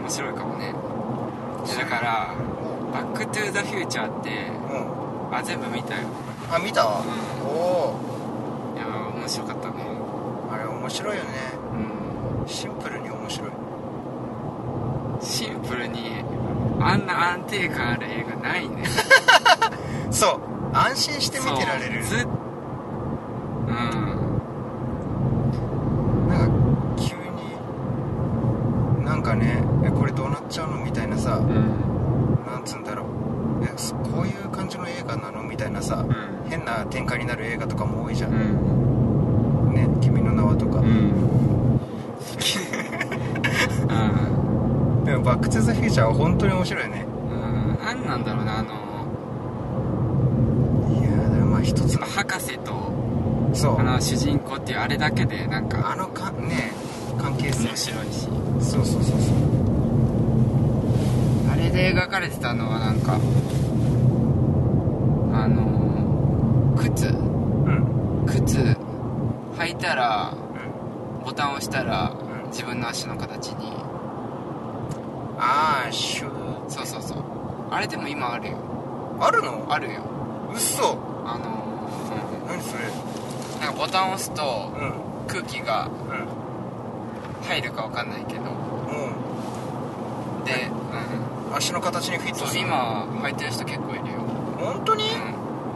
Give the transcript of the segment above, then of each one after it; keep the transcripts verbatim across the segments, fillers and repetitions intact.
面白いかもね。だからバックトゥーザフューチャーって、うん、あ全部見たよ。 あ見た、うん、おおいや面白かったね。 あれ面白いよね、うん、シンプルに面白い。 シンプルにあんな安定感ある映画ないねそう安心して見てられる。 ずっうんなんか急になんかねえこれどうなっちゃうのみたいなさ、うん、なんつうんだろうえこういう感じの映画なのみたいなさ、うん、変な展開になる映画とかも多いじゃん、うん、ね君の名はとか、うん、でもバックトゥザフューチャーは本当に面白いね。 うん、なんなんだろうなあのいやでもまあ一つの博士とそうあの主人公っていうあれだけでなんかあのかね関係性面白いし、 そうそうそうそうあれで描かれてたのはなんかあの靴、うん、靴履いたら、うん、ボタンを押したら、うん、自分の足の形にああシューそうそうそうあれでも今あるよ。 あるの？ あるよ。 嘘。あのー、 うん、何それ。 なんかボタンを押すと、 うん、 空気が入るか分かんないけど、うん、で、 うん、足の形にフィットする。 今履いてる人結構いるよ。 本当に？うん、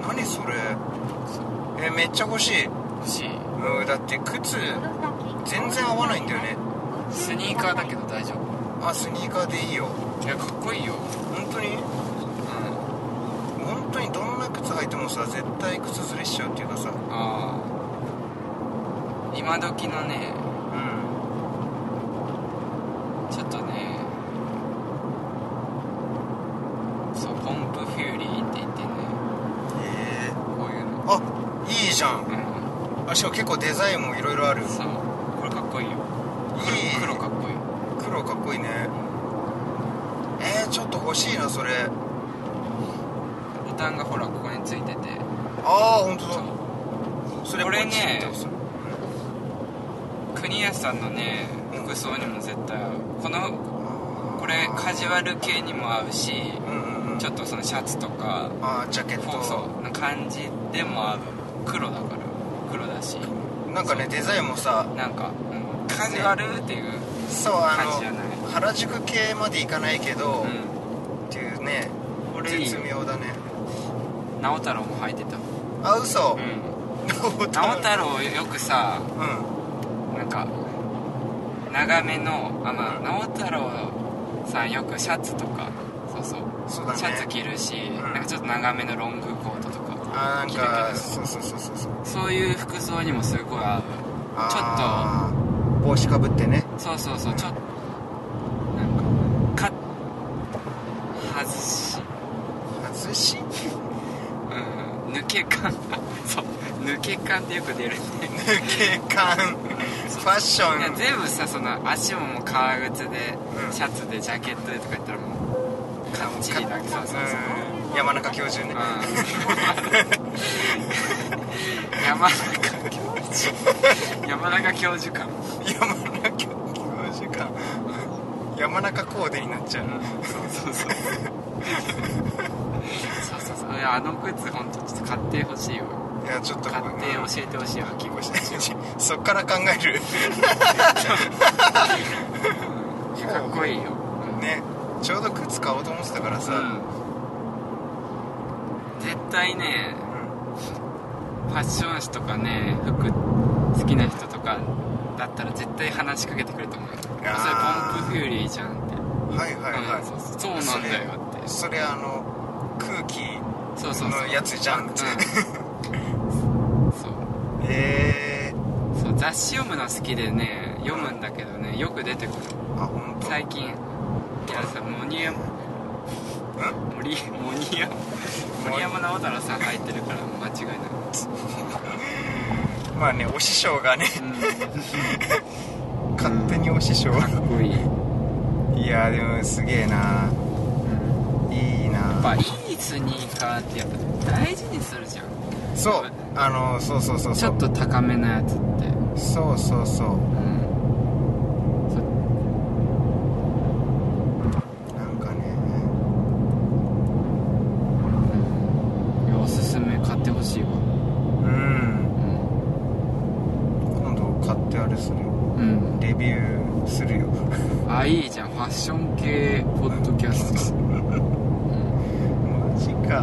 何それ。えめっちゃ欲しい。 欲しい。 うん、だって靴全然合わないんだよね。 スニーカーだけど大丈夫？ あスニーカーでいいよ。 いやかっこいいよ。 本当に？うん。本当にどんな靴履いてもさ絶対靴ずれしちゃうっていうかさ。 ああ。今時のね。うん。ちょっとね。そうポンプフューリーって言ってね。 へえ。 こういうの。 あいいじゃん。うん。あしかも結構デザインもいろいろある。 そう。これかっこいいよ。いい。黒かっこいい。 黒かっこいいね。えー、ちょっと欲しいなそれ。 ボタンがほらここについてて。 ああ本当だ。それこれね国安さんのね服装にも絶対合う。このこれカジュアル系にも合うし、うんうんうん、ちょっとそのシャツとかあジャケットそうな感じでも合う。黒だから黒だしなんかねデザインもさなんか、うん、カジュアルっていう感じじゃない。 原宿系までいかないけど、うん、っていうね絶妙だね。 直太朗も履いてた。 あ嘘、うん、 直太朗よくさ、うん、なんか長めのあ、まあ、直太朗さんよくシャツとかそうそう、 そうだね、 シャツ着るし、うん、なんかちょっと長めのロングコートとかあなんかそうそうそうそうそうそういう服装にもすごい合う。ちょっと帽子かぶってね。 そうそうそう、ちょっとなんかか外し外しうん抜け感そう抜け感ってよく出るね抜け感ファッション。 いや全部さその足ももう革靴で、うん、シャツでジャケットでとか言ったらもうかっちりだけどそうそうそう山中教授ね、うん、 山中教授山中教授か山中教授か山中コーデになっちゃう、うん、 そうそうそうそうそうそういやあの靴ほんとちょっと買ってほしいよ。 いやちょっと買って教えてほしいよ履き心地をそっから考えるいやかっこいいよね。ちょうど靴買おうと思ってたからさ、うん、 絶対ね、うん、ファッション誌とかね服好きな人とかだったら絶対話しかけてくると思うよ。それポンプフューリーじゃんって。 はいはいはい、うん、 そうそうそうなんだよってそれ、それあの空気のやつじゃんって。 そうえー、 そう雑誌読むの好きでね読むんだけどねよく出てくる。 あ本当。 最近いやさモニヤ森モニヤ森山直太朗さん入ってるから間違いない。 まあねお師匠がね、うん、勝手にお師匠、うん、 かっこいい。 いやでもすげえな、うん、いいな。 やっぱいいスニーカーってやっぱ大事にするじゃん。 そうあのそうそうそうそうちょっと高めなやつってそうそうそう、うん、 ョン系ポッドキャストマジか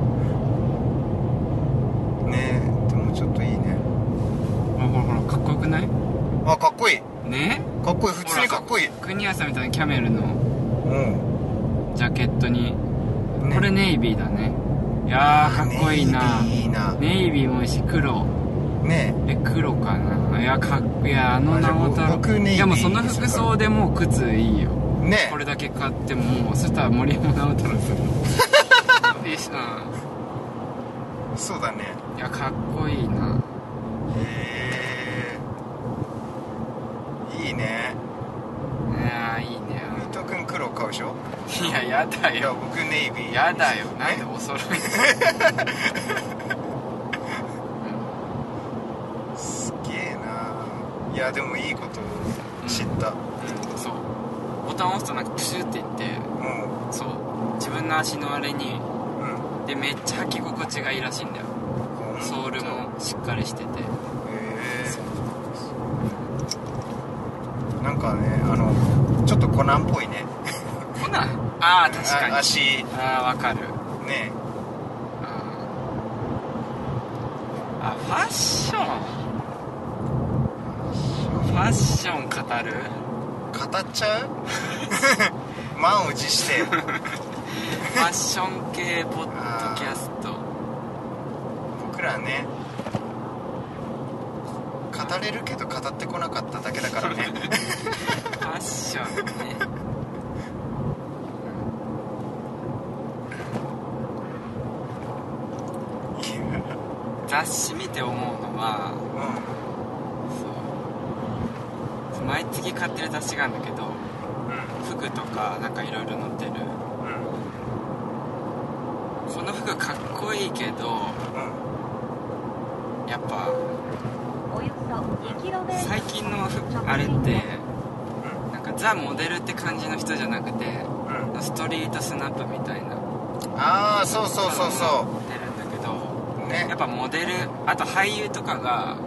ねえ。でもちょっといいね。 あ、ほらほらかっこよくない？ あ、かっこいいね、 かっこいい、普通にかっこいい。 国谷さんみたいなキャメルのうんジャケットに、 ね、 これネイビーだね。いやーかっこいいな。 ネイビーいいな。 ネイビーもいいし黒ねえ、黒かな。いやかっこいい。いやあの直太朗、 僕ネイビーいやもうその服装でもう靴いいよね。 これだけ買っても、もうそしたら森山直太朗さんいいしな。 そうだね。 いやかっこいいな。 へえ、いいね。 いやーいいね。 伊藤君黒買うでしょ。 いややだいやよ、 僕ネイビー。 やだよ、なんでお揃いすげえな。いやでもいいこと知った。 うん、そうボタン押すとなんかプシュっていって、 うそう自分の足のあれにんうん。 でめっちゃ履き心地がいいらしいんだよ。ソールもしっかりしてて、 へえ。なんかね、あのちょっとコナンっぽいね。 こんなんああ確かにあ足ああわかる。 ね。 ああファッションファッション語る語っちゃう満を持してファッション系ポッドキャスト。 僕らね語れるけど語ってこなかっただけだからね。 ファッションね。雑誌見て思うのは、そう毎月買ってる雑誌があるんだけど、服とかなんかいろいろ載ってる、この服かっこいいけど、やっぱ最近のあれってなんかザ・モデルって感じの人じゃなくて、ストリートスナップみたいな、 ああそうそうそうそ出るんだけどうね。 やっぱモデル、あと俳優とかが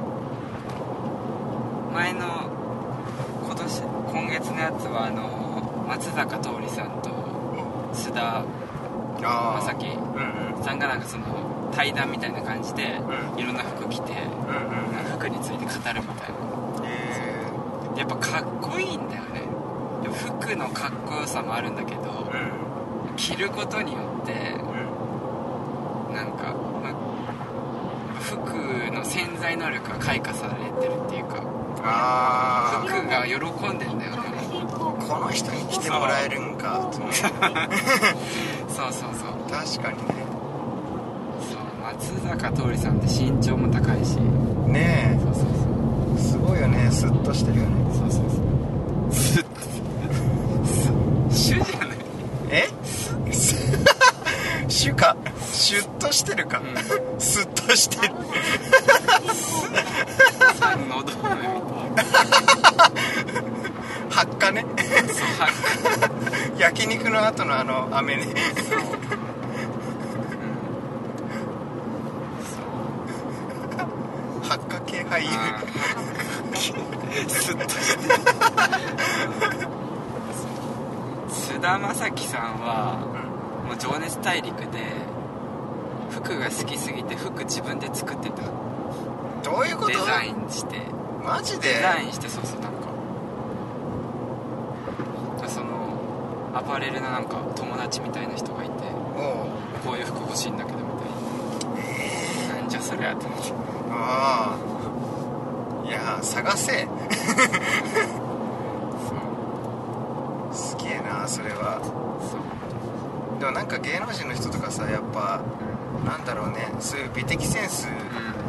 前の今年今月のやつはあの松坂桃李さんと須田将暉さんがなんかその対談みたいな感じでいろんな服着て服について語るみたいな。やっぱかっこいいんだよね。でも服のかっこよさもあるんだけど、着ることによってなんか、まあ、服の潜在能力が開花されてるっていうか、 あ服が喜んでんだよね。 この人に着てもらえるんかと。 そうそうそう確かにね。 そう松坂桃李さんって身長も高いしねそうそうえすごいよね。スッとしてるよね。 そうそうそうスッシュじゃないえシュかシュッとしてるか、うん、スッとしてるのど飴みたい発火ね。 そう発火焼肉の後のあの飴ね。そう、うん、そう発火系俳優スッとしてる須田将暉さんはもう情熱大陸で服が好きすぎて服自分で作ってた。 どういうこと？ デザインしてマジで？ デザインしてそうそうなんかそのアパレルのなんか友達みたいな人がいて、 おうこういう服欲しいんだけどみたいな、えー、なんじゃそりゃと思って。 ああいや探せすげえなそれは。 そうでもなんか芸能人の人とかさやっぱ、うん、なんだろうねそういう美的センス、うん、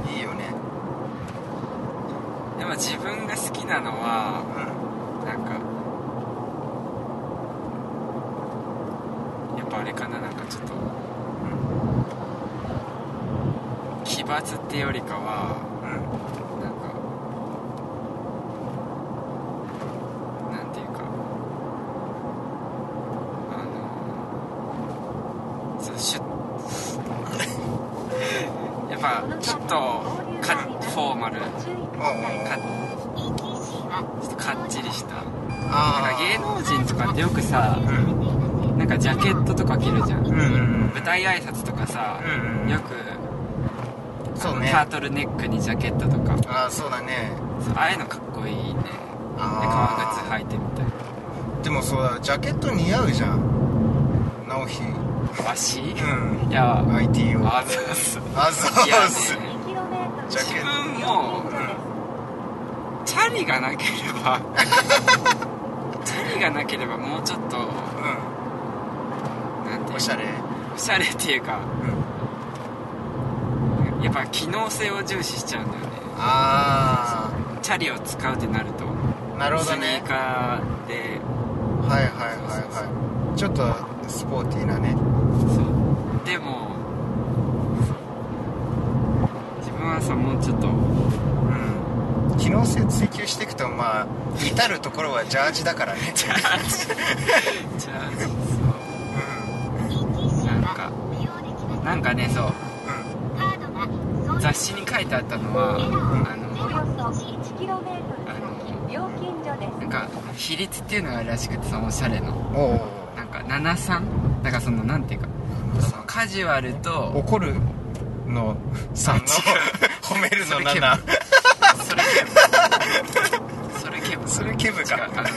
いいよね。 でも自分が好きなのは、うん、なんかやっぱあれかな、なんかちょっと、うん、奇抜ってよりかは、うん、なんかなんていうかあのそうシュッやっぱちょっとかフォーマルかちょっとかっちりした。 あなんか芸能人とかってよくさ、 うん、 なんかジャケットとか着るじゃん、 うんうんうん、 舞台挨拶とかさ、うんうん、よくそうね、 タートルネックにジャケットとか、 ああそうだね、 そうああいうのかっこいいね。で革靴履いてみたい。 でもそうだ、ジャケット似合うじゃん直樹。 わし、 うん、 いやアイティー をあざーすあざーす。 いやね、 ジャケット自分も、うん、チャリがなければチャリがなければもうちょっと、うん、なんていうおしゃれおしゃれっていうか、うん、やっぱ機能性を重視しちゃうんだよね。 ああ、 チャリを使うってなると、 なるほどね、 スニーカーで、 はいはいはいはい、ちょっとスポーティーなね。 そうでも自分はさ、もうちょっと、うん、 機能性追求していくと、まあ至るところはジャージだからね。 ジャージジャージ、そう、うん、なんかなんかね、そう、うん、雑誌に書いてあったのは、うん、あのなんか比率っていうのがあるらしくて、そのおしゃれの、おなんかななたいさんだから、そのなんていうか、カジュアルと怒るのさんの褒めるのなな、 それそれケブそれケブか、 なんか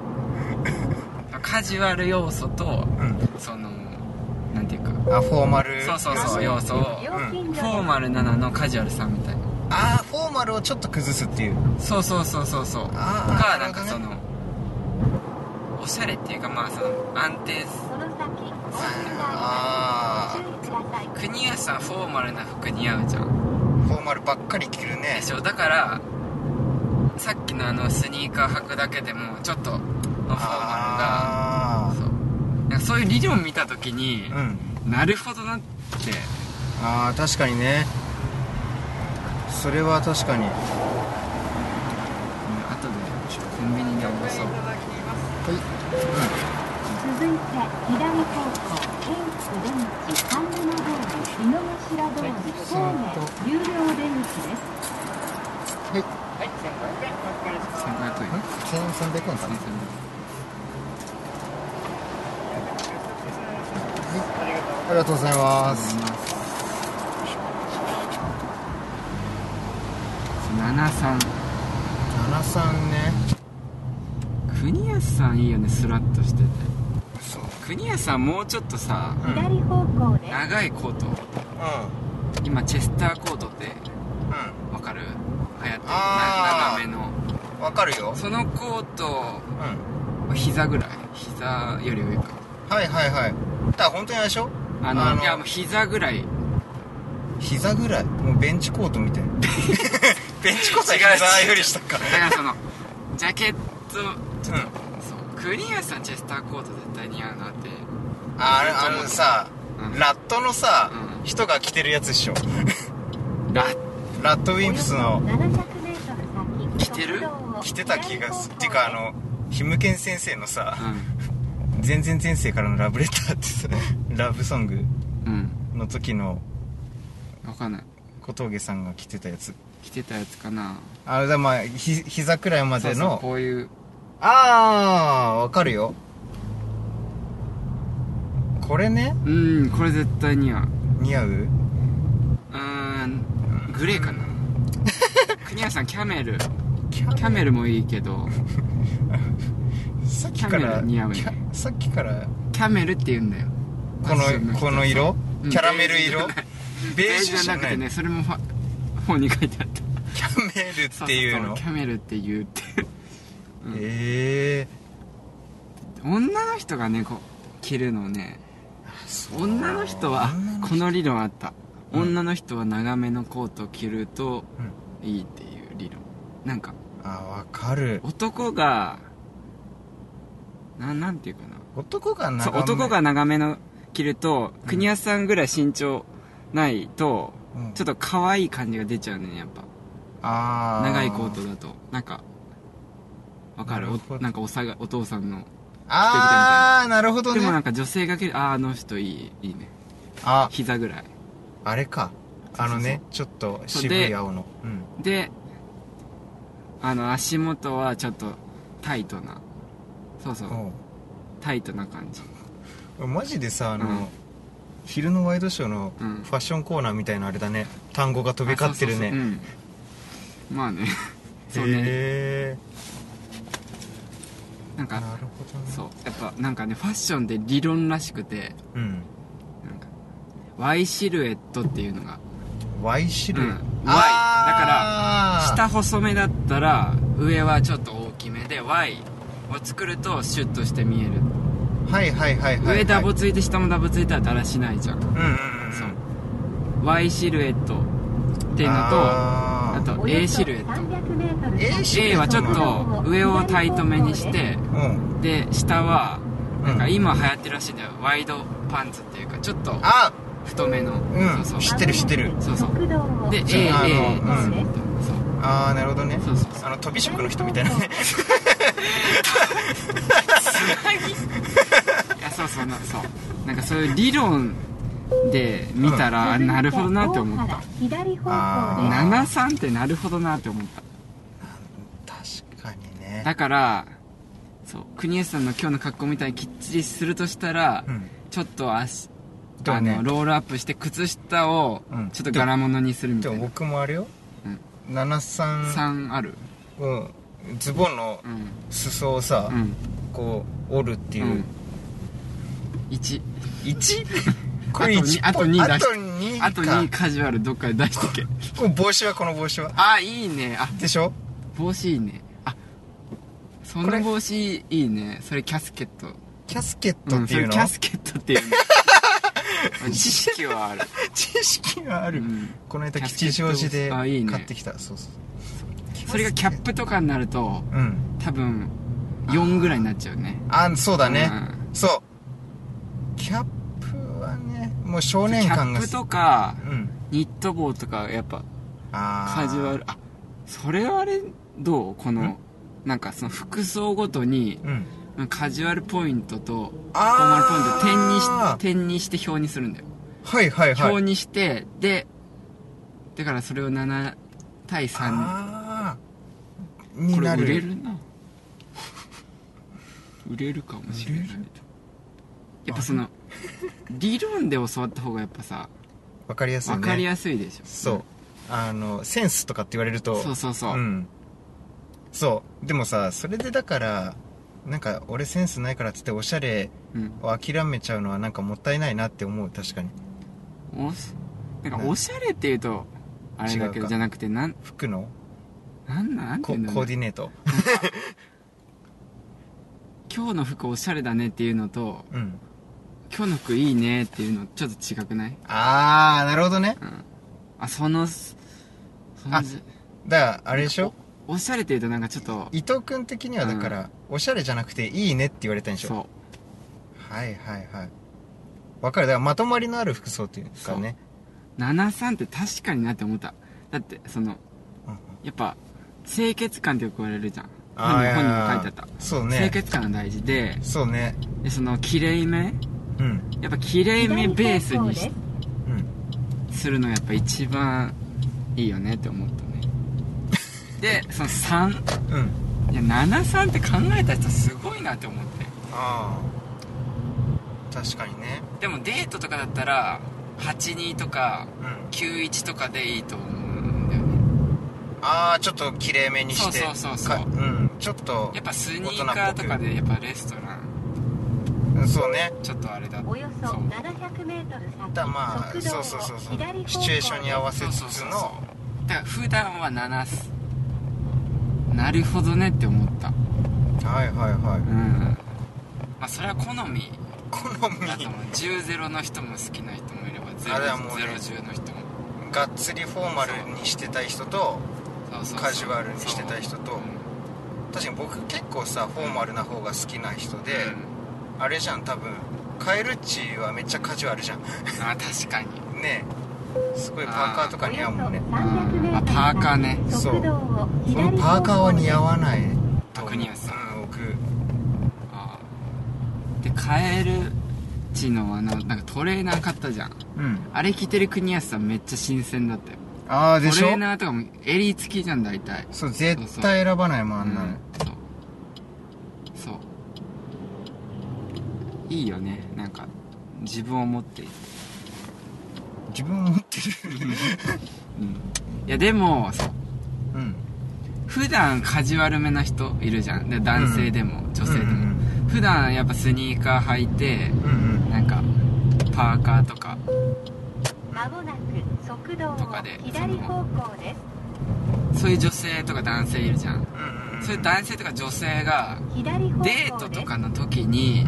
カジュアル要素と、うん、そのなんていうか、 あ、フォーマル、 そうそうそう要素を、うん、フォーマルななのカジュアルさんみたいな、 ああ、フォーマルをちょっと崩すっていう、 そうそうそうそうそう、 あか、なんかそのおしゃれっていうか、まあその安定する、 ああ、 国安さんフォーマルな服似合うじゃん。 フォーマルばっかり着るね。 でしょ。だからさっきのあのスニーカー履くだけでもちょっとのフォーマルが、そうなんかそういう理論見た時に、うん、なるほどなって。 ああ、確かにね、それは確かに。後でコンビニでおごそう。はい、うん、 続いて左方向、京都出口、神沼通り、井の頭通り、方面、有料出口です。 はい、はい、 せんごひゃくえんお預かりします。せんごひゃくえん、 せんさんびゃくえんかな。ありがとうございます。 ななさんななさんね。 国安さんいいよね、スラッとしてて。 そう、 国安さんもうちょっとさ、 うん、左方向で長いコート、うん、今チェスターコートってわ、うん、かる？流行ってる、長めの。 わかるよ。 そのコート、うん、膝ぐらい、膝より上か。 はいはいはい。だから本当にあれでしょ、 あの、あのいやもう膝ぐらい、 膝ぐらい、もうベンチコートみたいな。ベンチコートは膝より下か。 だからそのジャケット、ちょっと、うん、そう、国安さんチェスターコート絶対似合うなって。 あれ、あのさ、うん、ラットのさ、 うん、 人が着てるやつでしょ。 ララットウィンプスの着てる？ 着てた気がする。っていうか、あのひむけん先生のさ、うん、全然前世からのラブレターってさ、ラブソングの時の、 うん、わかんない、 小峠さんが着てたやつ、 着てたやつかな。 あれだ、まあひ膝くらいまでの、そうそう、 こういう、 ああ、わかるよ、これね。 うん、これ絶対似合う。 似合う？ うーん、グレーかな。国安さんキャメル、キャメルもいいけど、 さっきから似合うね。 さっきからキャメルって言うんだよ、 このこの色、キャラメル色、 ベージュじゃなくてね、それも本に書いてあった。 キャメルっていうの？ そうそうそう、キャメルって言うって。 うん、ええー、女の人がね、こう着るのね、女の人はこの理論あった、うん、女の人は長めのコートを着るといいっていう理論。なんか、 あ、分かる。 男がな、なんていうかな、 男が長め、 そう、男が長めの着ると、うん、国安さんぐらい身長ないと、うん、ちょっと可愛い感じが出ちゃうね、やっぱ。 あ、 長いコートだとなんかわかる？お、なんかおさが、お父さんの、 ああ、なるほどね。 でもなんか女性が着る、あー、あの人いい、いいね。 あ、 膝ぐらい、 あれか、あのね、ちょっと渋い青の、 うん、であの足元はちょっとタイトな、そうそう、タイトな感じ。 マジでさ、あの、うん、昼のワイドショーのファッションコーナーみたいなあれだね、単語が飛び交ってるね。 そうそうそう、うん、まあねそうね、 へー、なんかなるほど、ね、 そうやっぱなんかね、ファッションって理論らしくて、うん、なんか Y シルエットっていうのが Y シルエット、うん、 Y だから下細めだったら上はちょっと大きめで Y を作るとシュッとして見える。 はいはいはいはい、はい、 上ダボついて下もダボついたらだらしないじゃん。うんうんうん、そう Y シルエットっていうのと、あ, あと A シルエット。 A はちょっと上をタイトめにして、うん、で下はなんか今流行ってるらしいんだよ、ワイドパンツっていうかちょっと太めの、 うん、そうそう、知ってる知ってる、 そうそうで A、A、うん、 ああなるほどね、そうそうそう、あの飛び職の人みたいなねいやそうそうな、そうなんかそういう理論で見たら、うん、なるほどなって思った。ななじゅうさんってなるほどなって思った。 確かにね。 だからそう国吉さんの今日の格好みたいにきっちりするとしたら、うん、ちょっと足あの、ね、ロールアップして靴下をちょっと柄物にするみたいな。 でも僕もあれよ、うん、ななじゅうさんさんある、 うん、ズボンの裾をさ、うん、こう折るっていう、うん、いち いち? これいちあとに出して、 あとにあとにカジュアルどっかで出してけ。 これ帽子は、この帽子はあいいね、あでしょ、 帽子いいね、あその帽子いいね、それキャスケット、 キャスケットっていうの、うん、 キャスケットっていうの知識はある知識はある、うん、この間吉祥寺で買ってきた、そうそう、 それがキャップとかになると、うん、多分よんぐらいになっちゃうね。 あそうだね、うん、そうキャップはね、もう少年感が、 キャップとか、うん、ニット帽とかやっぱカジュアル、あそれはあれどう、この、うん、なんかその服装ごとに、うん、カジュアルポイントとフォーマルポイントを点にし、点にして表にするんだよ。 はいはいはい、 表にして、でだからそれをなな対さんあになる。 これ売れるな売れるかもしれない。やっぱその理論で教わった方がやっぱさ分かりやすいね、 分かりやすいでしょ。 そう、うん、あのセンスとかって言われると、 そうそうそう、 うん、そうでもさ、それでだからなんか俺センスないからっつっておしゃれを諦めちゃうのはなんかもったいないなって思う。確かにおなんかおしゃれっていうとあれだけどじゃなくて、なん服のなんなんていうの、 コーディネート今日の服おしゃれだねっていうのと、うん、今日の服いいねっていうのちょっと違くない？ ああなるほどね、うん、 あそのそのあだからあれでしょ、 おしゃれっていうとなんかちょっと伊藤君的にはだから、うん、おしゃれじゃなくていいねって言われたんでしょ。 そうはいはいはい、分かる。だからまとまりのある服装っていうかね、 ななじゅうさんって確かになって思った。だってその、うん、やっぱ清潔感ってよく言われるじゃん。本に, 本にも書いてあった。 そうね、 清潔感が大事で、 そうね、 でそのきれいめ、うん、やっぱきれいめベースにし、うん、するのやっぱ一番いいよねって思ったねでそのさん、うん、いやななじゅうさんって考えた人すごいなって思って。 ああ確かにね。 でもデートとかだったらはちじゅうにとか、うん、きゅうじゅういちとかでいいと思うんだよね。 ああちょっときれいめにして、 そうそうそうそう、 うん、ちょっとやっぱスニーカーとかでやっぱレストラン、 そうね、 ちょっとあれだ、 およそななひゃくメートル先、 だまあそうそうそうそう、シチュエーションに合わせつつの、そうそうそうそう、 だから普段はななす、なるほどねって思った。 はいはいはい、うん、 まあそれは好み好みだと思う。じゅうゼロの人も好きな人もいればゼロじゅうの人も、 がっつりフォーマルにしてたい人とカジュアルにしてたい人と、確かに僕結構さフォーマルな方が好きな人で、うん、あれじゃん多分カエルッチはめっちゃカジュアルじゃんあ確かにねえ、すごいパーカーとか似合うもんね。 あパーカーね、 そう、このパーカーは似合わないと国安さん、 うん、僕あでカエルッチのあのなんかトレーナー買ったじゃん、うん、あれ着てる国安さんめっちゃ新鮮だったよ。 ああでしょ。 トレーナーとかも襟付きじゃん大体。 そう絶対選ばないもんあんなの、うん、 そうそういいよね。なんか自分を持っている自分を持ってる、 うん、いやでもそう、うん、普段カジュアルめな人いるじゃん。で男性でも、うん、女性でも、うんうん、普段やっぱスニーカー履いて、うんうん、なんかパーカーとかまもなく側道を左方向です。 そういう女性とか男性いるじゃん、うんうん、そういう男性とか女性がデートとかの時に、うん、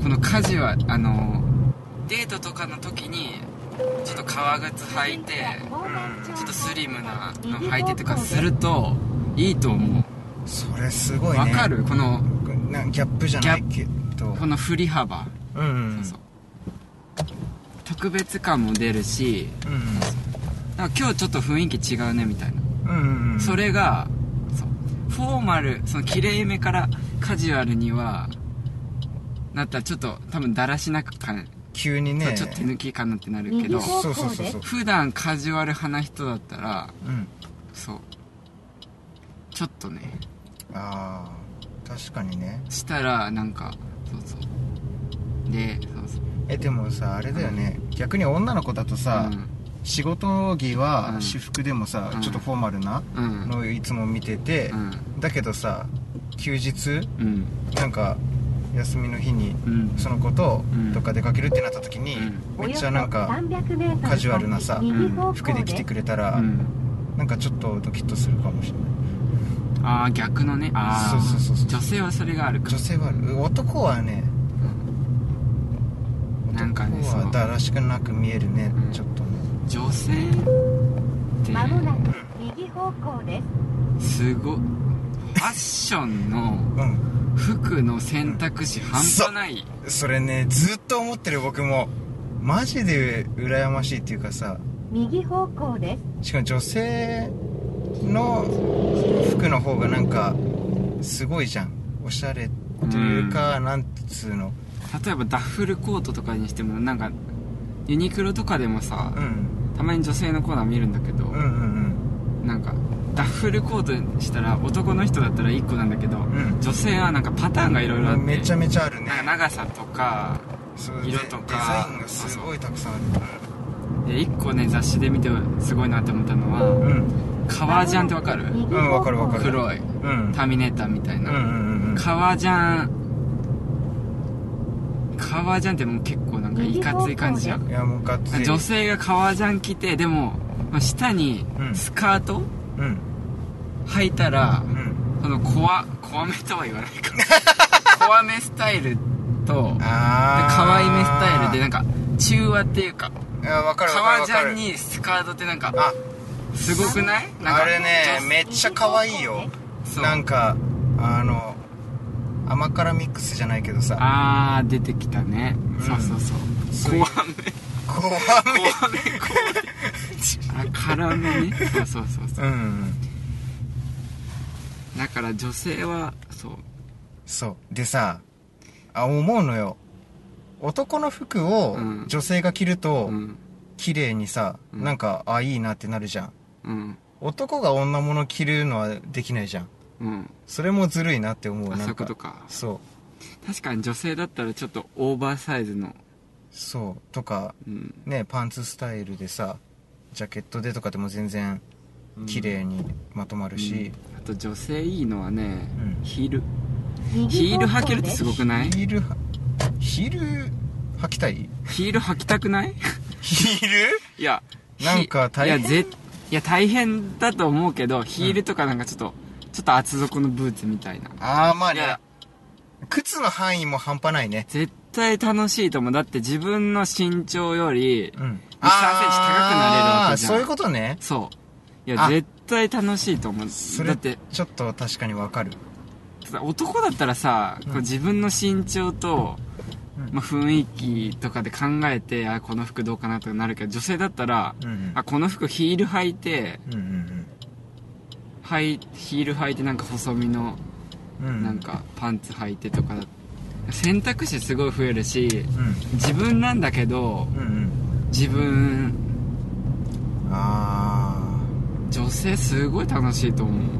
このカジュアルあのデートとかの時にちょっと革靴履いて、うん、ちょっとスリムなの履いてとかするといいと思う。 それすごいね。 わかる？このなギャップじゃないけどこの振り幅、うんうん、そうそう特別感も出るし、うんうん、なんか今日ちょっと雰囲気違うねみたいな、うんうんうん、それがそうフォーマル、その綺麗めからカジュアルにはなったらちょっと多分だらしなく感急にねちょっと手抜きかなってなるけど、 そうそうそうそう、 普段カジュアル派な人だったら、うん、そうちょっとね、 ああ確かにね、 したらなんかそうそうでそうそうえでもさあれだよね、うん、逆に女の子だとさ、うん、仕事着は私服でもさ、うん、ちょっとフォーマルなのをいつも見てて、うん、だけどさ休日、うん、なんか休みの日にその子とどっか出かけるってなった時に、うん、めっちゃなんかカジュアルなさ、うん、服で来てくれたら、うん、なんかちょっとドキッとするかもしれない。 ああ逆のね、ああそうそうそうそう、女性はそれがあるか。 女性はある。男はね、うん、なんかね、男はだらしくなく見えるね、うん、ちょっとね。 女性って間もなく右方向です。すごいファッションの、うん服の選択肢半端ない、 うん、そ, それねずっと思ってる。僕もマジで羨ましいっていうかさ、 右方向です。 しかも女性の服の方がなんかすごいじゃん、おしゃれというか、うん、なんつうの、 例えばダッフルコートとかにしてもなんかユニクロとかでもさ、うん、たまに女性のコーナー見るんだけど、うんうんうん、なんかダッフルコートにしたら男の人だったらいっこなんだけど、うん、女性はなんかパターンがいろいろあって、 めちゃめちゃあるね。 なんか長さとか色とかデザインがすごいたくさんある。でいっこね雑誌で見てすごいなって思ったのは、うん、革ジャンってわかる？ うんわかるわかる。 黒い、うん、ターミネーターみたいな、うんうんうん、革ジャン革ジャンってもう結構なんかいかつい感じじゃん。 いやもうかつい。 女性が革ジャン着てでも下にスカート、うんうん履いたら、うん、そのコアコアめとは言わないかコアめスタイルと可愛めスタイルでなんか中和っていうか、 いや分かる分かる分かる。 革ジャンにスカートってなんかすごくない？なんかあれねめっちゃ可愛いよ。なんかあの甘辛ミックスじゃないけどさ、 あー出てきたね、うん、そうそうそうコアめコアめコアめあ辛めねそうそうそうそう、うん、だから女性はそうそうでさあ思うのよ、男の服を女性が着ると、うん、綺麗にさ、うん、なんかあいいなってなるじゃん、うん、男が女物着るのはできないじゃん、うん、それもずるいなって思う。なんかそういうことか。 そう確かに女性だったらちょっとオーバーサイズのそうとか、うん、ねパンツスタイルでさジャケットでとかでも全然綺麗にまとまるし、うんうん、 あと女性いいのはね、うん、ヒールヒール履けるってすごくない？ ヒールヒール履きたい？ ヒール履きたくない？ ヒール？ いやなんか大変？ いやぜいや大変だと思うけどヒールとかなんかちょっと、うん、ちょっと厚底のブーツみたいな。 ああまあね靴の範囲も半端ないね。 絶対楽しいと思う。だって自分の身長よりに、さんセンチ高くなれるわけじゃん。 そういうことね。 そういや絶対楽しいと思う。 それってちょっと確かにわかる。 男だったらさ、うん、こう自分の身長と、うんまあ、雰囲気とかで考えてあこの服どうかなとかなるけど、女性だったら、うんうん、あこの服ヒール履いて、うんうんうん、はいヒール履いてなんか細身の、うん、なんかパンツ履いてとか選択肢すごい増えるし、うん、自分なんだけど、うんうん、自分あー女性すごい楽しいと思う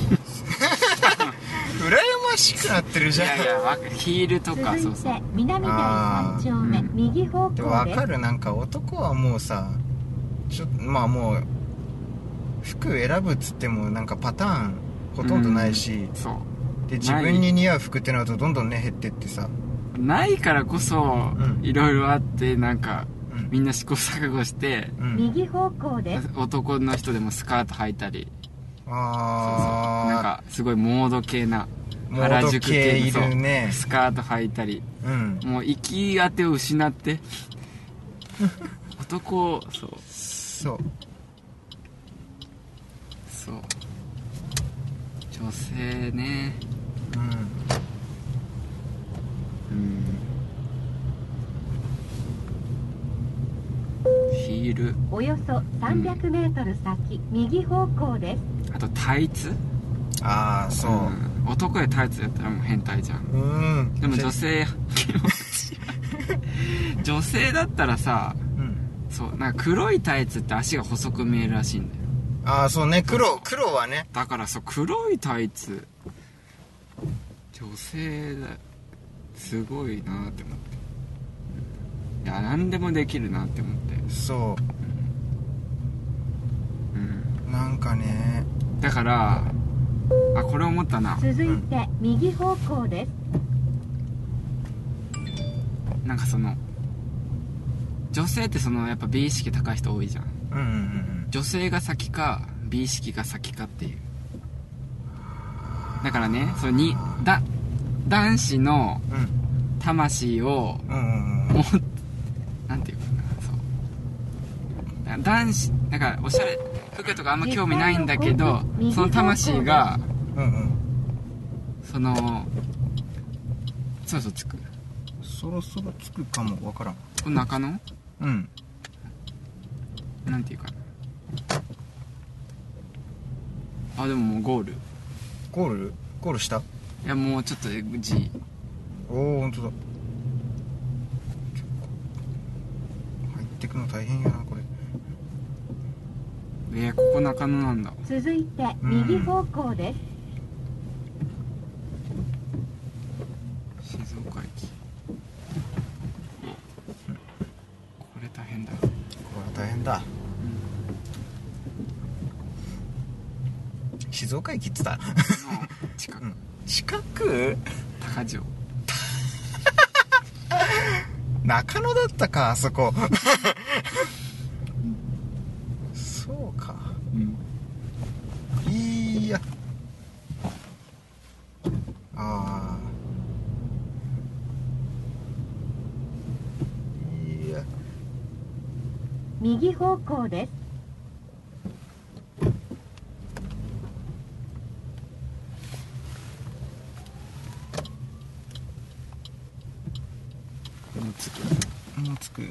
羨ましくなってるじゃん。 いやいやヒールとかそうそう南台さん丁目、うん、右方向です。 分かる。なんか男はもうさちょまあもう服選ぶっつってもなんかパターンほとんどないし、うん、 そうで自分に似合う服ってなるとどんどんね減ってってさないからこそいろいろあってなんか、うん、みんな試行錯誤して、 うん、右方向です。 男の人でもスカート履いたりあそうそうなんかすごいモード系な原宿系いるねスカート履いたり、うん、もう行き当てを失って男そうそうそう女性ねうんうんヒールおよそさんびゃくメートル先、うん、右方向です。 あとタイツああそう、うん、 男でタイツやったらもう変態じゃん。うんでも女性女性だったらさ、うん、そうなんか黒いタイツって足が細く見えるらしいんだよ。 ああそうね黒黒はねだからそう黒いタイツ女性だすごいなって思って、いや何でもできるなって思って。 そううん、うん、なんかねだからあこれ思ったな。 続いて右方向です。 なんかその女性ってそのやっぱ美意識高い人多いじゃん。うんうんうん、女性が先か美意識が先かっていう。だからねそのにだ男子の魂を、うんうんうん、もなんていうかなそう男子だからおしゃれ服とかあんま興味ないんだけどその魂が、うんうん、そのそろそろつくそろそろつくかもわからん。これ中野うんなんていうかなあでももうゴールゴールゴールした。 いやもうちょっと G おおほんとだ。結構入ってくの大変やなこれ。 えー、ここ中野なんだ。 続いて右方向です。 静岡駅、うん、これ大変だ。これ大変だ、うん、静岡駅って言った近く、 うん、近く高城中野だったかあそこそうか、うん、いやああいや右方向です。 もうつくもうつく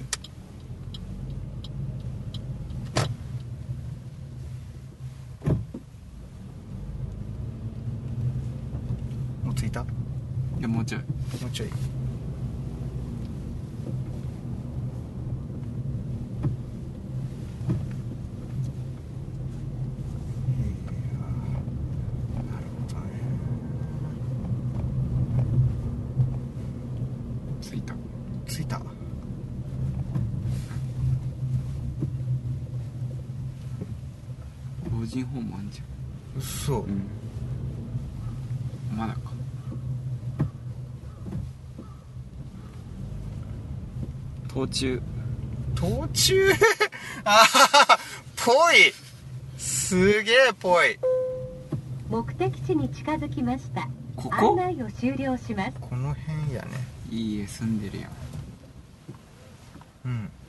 もうついた。 いやもうちょいもうちょい着いた着いた。 老人ホームあんじゃん。 嘘、うん、 まだか。途中途中ああぽいすげえぽい。 目的地に近づきました。 ここ案内を終了します。 この辺やね。 いい家住んでるやん。 うん